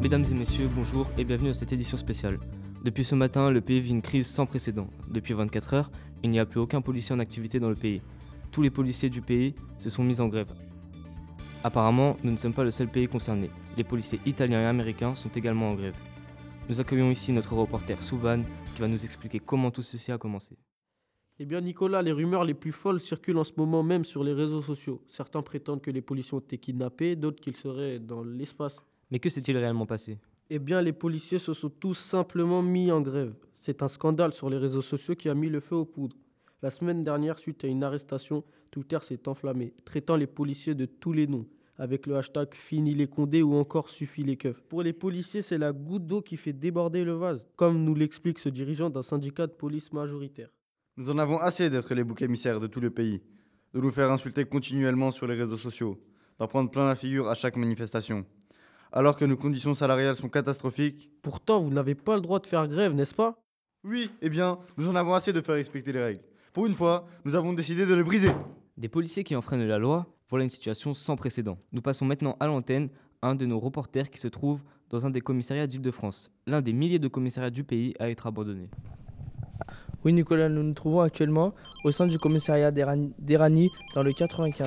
Mesdames et messieurs, bonjour et bienvenue à cette édition spéciale. Depuis ce matin, le pays vit une crise sans précédent. Depuis 24 heures, il n'y a plus aucun policier en activité dans le pays. Tous les policiers du pays se sont mis en grève. Apparemment, nous ne sommes pas le seul pays concerné. Les policiers italiens et américains sont également en grève. Nous accueillons ici notre reporter Souban qui va nous expliquer comment tout ceci a commencé. Eh bien Nicolas, les rumeurs les plus folles circulent en ce moment même sur les réseaux sociaux. Certains prétendent que les policiers ont été kidnappés, d'autres qu'ils seraient dans l'espace. Mais que s'est-il réellement passé ? Eh bien les policiers se sont tous simplement mis en grève. C'est un scandale sur les réseaux sociaux qui a mis le feu aux poudres. La semaine dernière, suite à une arrestation, Twitter s'est enflammé, traitant les policiers de tous les noms, avec le hashtag Fini les Condés ou encore Suffit les keufs. Pour les policiers, c'est la goutte d'eau qui fait déborder le vase, comme nous l'explique ce dirigeant d'un syndicat de police majoritaire. Nous en avons assez d'être les boucs émissaires de tout le pays, de nous faire insulter continuellement sur les réseaux sociaux, d'en prendre plein la figure à chaque manifestation. Alors que nos conditions salariales sont catastrophiques. Pourtant, vous n'avez pas le droit de faire grève, n'est-ce pas ? Oui, eh bien, nous en avons assez de faire respecter les règles. Pour une fois, nous avons décidé de les briser. Des policiers qui enfreignent la loi, voilà une situation sans précédent. Nous passons maintenant à l'antenne un de nos reporters qui se trouve dans un des commissariats d'Île-de-France. L'un des milliers de commissariats du pays a été abandonné. Oui Nicolas, nous nous trouvons actuellement au sein du commissariat d'Éragny dans le 95.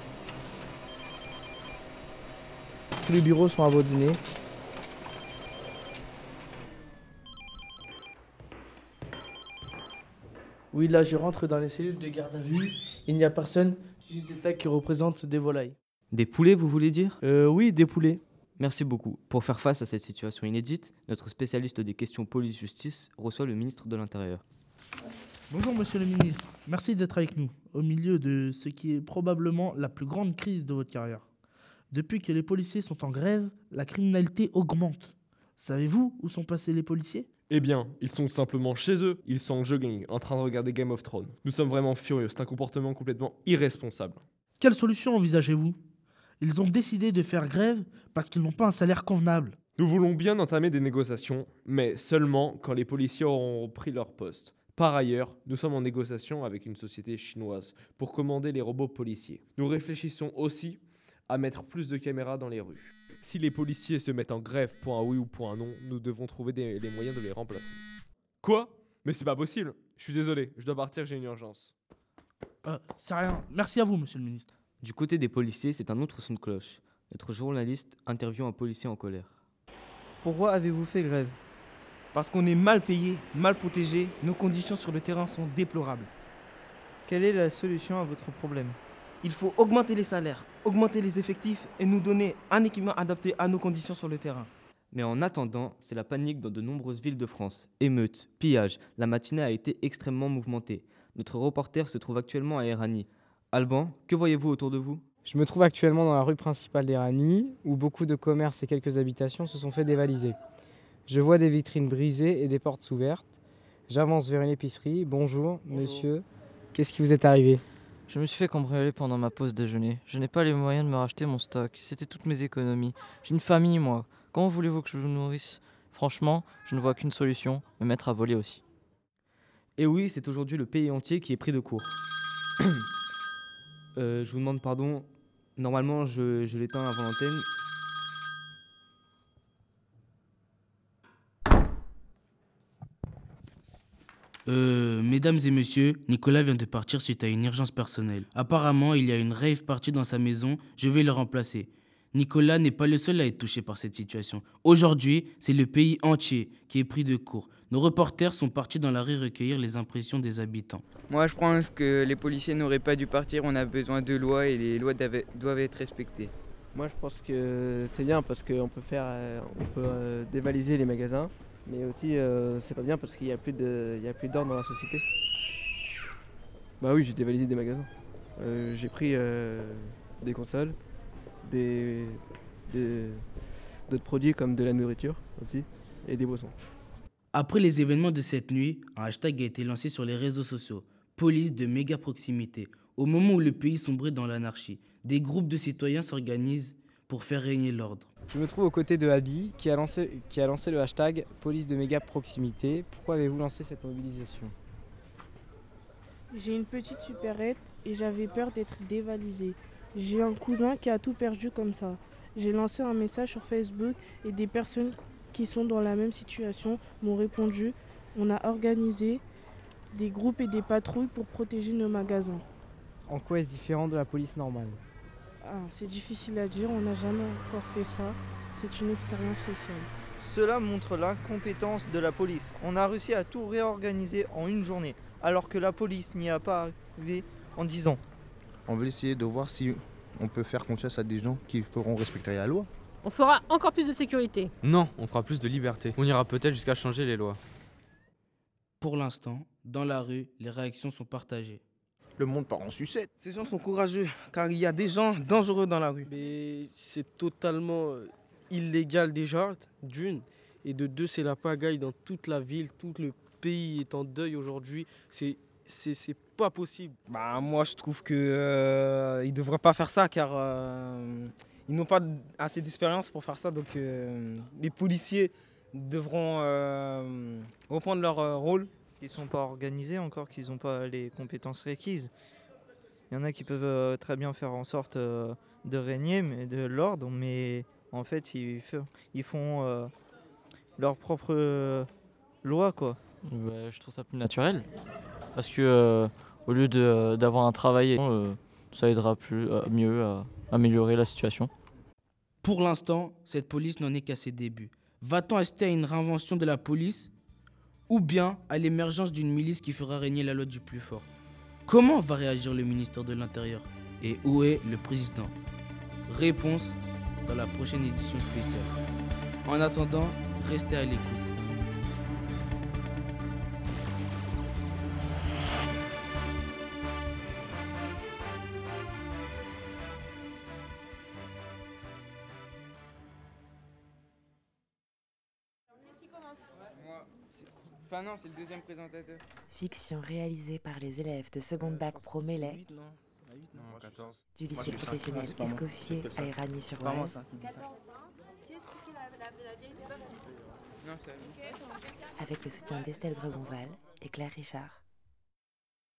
Tous les bureaux sont abandonnés. Oui, là je rentre dans les cellules de garde à vue. Il n'y a personne, juste des tas qui représentent des volailles. Des poulets, vous voulez dire ? Oui, des poulets. Merci beaucoup. Pour faire face à cette situation inédite, notre spécialiste des questions police-justice reçoit le ministre de l'Intérieur. Bonjour Monsieur le Ministre, merci d'être avec nous, au milieu de ce qui est probablement la plus grande crise de votre carrière. Depuis que les policiers sont en grève, la criminalité augmente. Savez-vous où sont passés les policiers ? Eh bien, ils sont simplement chez eux, ils sont en jogging, en train de regarder Game of Thrones. Nous sommes vraiment furieux, c'est un comportement complètement irresponsable. Quelle solution envisagez-vous ? Ils ont décidé de faire grève parce qu'ils n'ont pas un salaire convenable. Nous voulons bien entamer des négociations, mais seulement quand les policiers auront pris leur poste. Par ailleurs, nous sommes en négociation avec une société chinoise pour commander les robots policiers. Nous réfléchissons aussi à mettre plus de caméras dans les rues. Si les policiers se mettent en grève pour un oui ou pour un non, nous devons trouver les moyens de les remplacer. Quoi ? Mais c'est pas possible. Je suis désolé, je dois partir, j'ai une urgence. C'est rien. Merci à vous, Monsieur le Ministre. Du côté des policiers, c'est un autre son de cloche. Notre journaliste interviewe un policier en colère. Pourquoi avez-vous fait grève ? Parce qu'on est mal payé, mal protégé, nos conditions sur le terrain sont déplorables. Quelle est la solution à votre problème ? Il faut augmenter les salaires, augmenter les effectifs et nous donner un équipement adapté à nos conditions sur le terrain. Mais en attendant, c'est la panique dans de nombreuses villes de France. Émeutes, pillages, la matinée a été extrêmement mouvementée. Notre reporter se trouve actuellement à Éragny. Alban, que voyez-vous autour de vous ? Je me trouve actuellement dans la rue principale d'Éragny, où beaucoup de commerces et quelques habitations se sont fait dévaliser. Je vois des vitrines brisées et des portes ouvertes. J'avance vers une épicerie. Bonjour, monsieur. Qu'est-ce qui vous est arrivé ? Je me suis fait cambrioler pendant ma pause déjeuner. Je n'ai pas les moyens de me racheter mon stock. C'était toutes mes économies. J'ai une famille, moi. Comment voulez-vous que je vous nourrisse ? Franchement, je ne vois qu'une solution, me mettre à voler aussi. Et oui, c'est aujourd'hui le pays entier qui est pris de court. Je vous demande pardon. Normalement, je l'éteins avant l'antenne. Mesdames et messieurs, Nicolas vient de partir suite à une urgence personnelle. Apparemment, il y a une rave party dans sa maison, je vais le remplacer. Nicolas n'est pas le seul à être touché par cette situation. Aujourd'hui, c'est le pays entier qui est pris de court. Nos reporters sont partis dans la rue recueillir les impressions des habitants. Moi, je pense que les policiers n'auraient pas dû partir. On a besoin de lois et les lois doivent être respectées. Moi, je pense que c'est bien parce qu'on peut dévaliser les magasins. Mais aussi, c'est pas bien parce qu'il n'y a plus d'ordre dans la société. Bah oui, j'ai dévalisé des magasins. J'ai pris des consoles, d'autres produits comme de la nourriture aussi, et des boissons. Après les événements de cette nuit, un hashtag a été lancé sur les réseaux sociaux. Police de méga proximité. Au moment où le pays sombrait dans l'anarchie, des groupes de citoyens s'organisent pour faire régner l'ordre. Je me trouve aux côtés de Abi, qui a lancé le hashtag police de méga proximité. Pourquoi avez-vous lancé cette mobilisation ? J'ai une petite supérette et j'avais peur d'être dévalisée. J'ai un cousin qui a tout perdu comme ça. J'ai lancé un message sur Facebook et des personnes qui sont dans la même situation m'ont répondu. On a organisé des groupes et des patrouilles pour protéger nos magasins. En quoi est-ce différent de la police normale? C'est difficile à dire, on n'a jamais encore fait ça. C'est une expérience sociale. Cela montre l'incompétence de la police. On a réussi à tout réorganiser en une journée, alors que la police n'y a pas arrivé en 10 ans. On veut essayer de voir si on peut faire confiance à des gens qui feront respecter la loi. On fera encore plus de sécurité. Non, on fera plus de liberté. On ira peut-être jusqu'à changer les lois. Pour l'instant, dans la rue, les réactions sont partagées. Le monde part en sucette. Ces gens sont courageux, car il y a des gens dangereux dans la rue. Mais c'est totalement illégal déjà, d'une. Et de deux, c'est la pagaille dans toute la ville. Tout le pays est en deuil aujourd'hui. C'est pas possible. Moi, je trouve qu'ils ne devraient pas faire ça, car ils n'ont pas assez d'expérience pour faire ça. Donc les policiers devront reprendre leur rôle. Ils ne sont pas organisés encore, qu'ils n'ont pas les compétences requises. Il y en a qui peuvent très bien faire en sorte de régner, mais de l'ordre, mais en fait, ils font leur propre loi, quoi. Je trouve ça plus naturel, parce que au lieu d'avoir un travail, ça aidera mieux à améliorer la situation. Pour l'instant, cette police n'en est qu'à ses débuts. Va-t-on assister à une réinvention de la police ou bien à l'émergence d'une milice qui fera régner la loi du plus fort? Comment va réagir le ministère de l'Intérieur? Et où est le président? Réponse dans la prochaine édition spéciale. En attendant, restez à l'écoute. Enfin non, c'est le deuxième présentateur. Fiction réalisée par les élèves de seconde bac Pro Mélec du lycée professionnel Escoffier à Éragny-sur-Oise avec le soutien d'Estelle Gregonval et Claire Richard.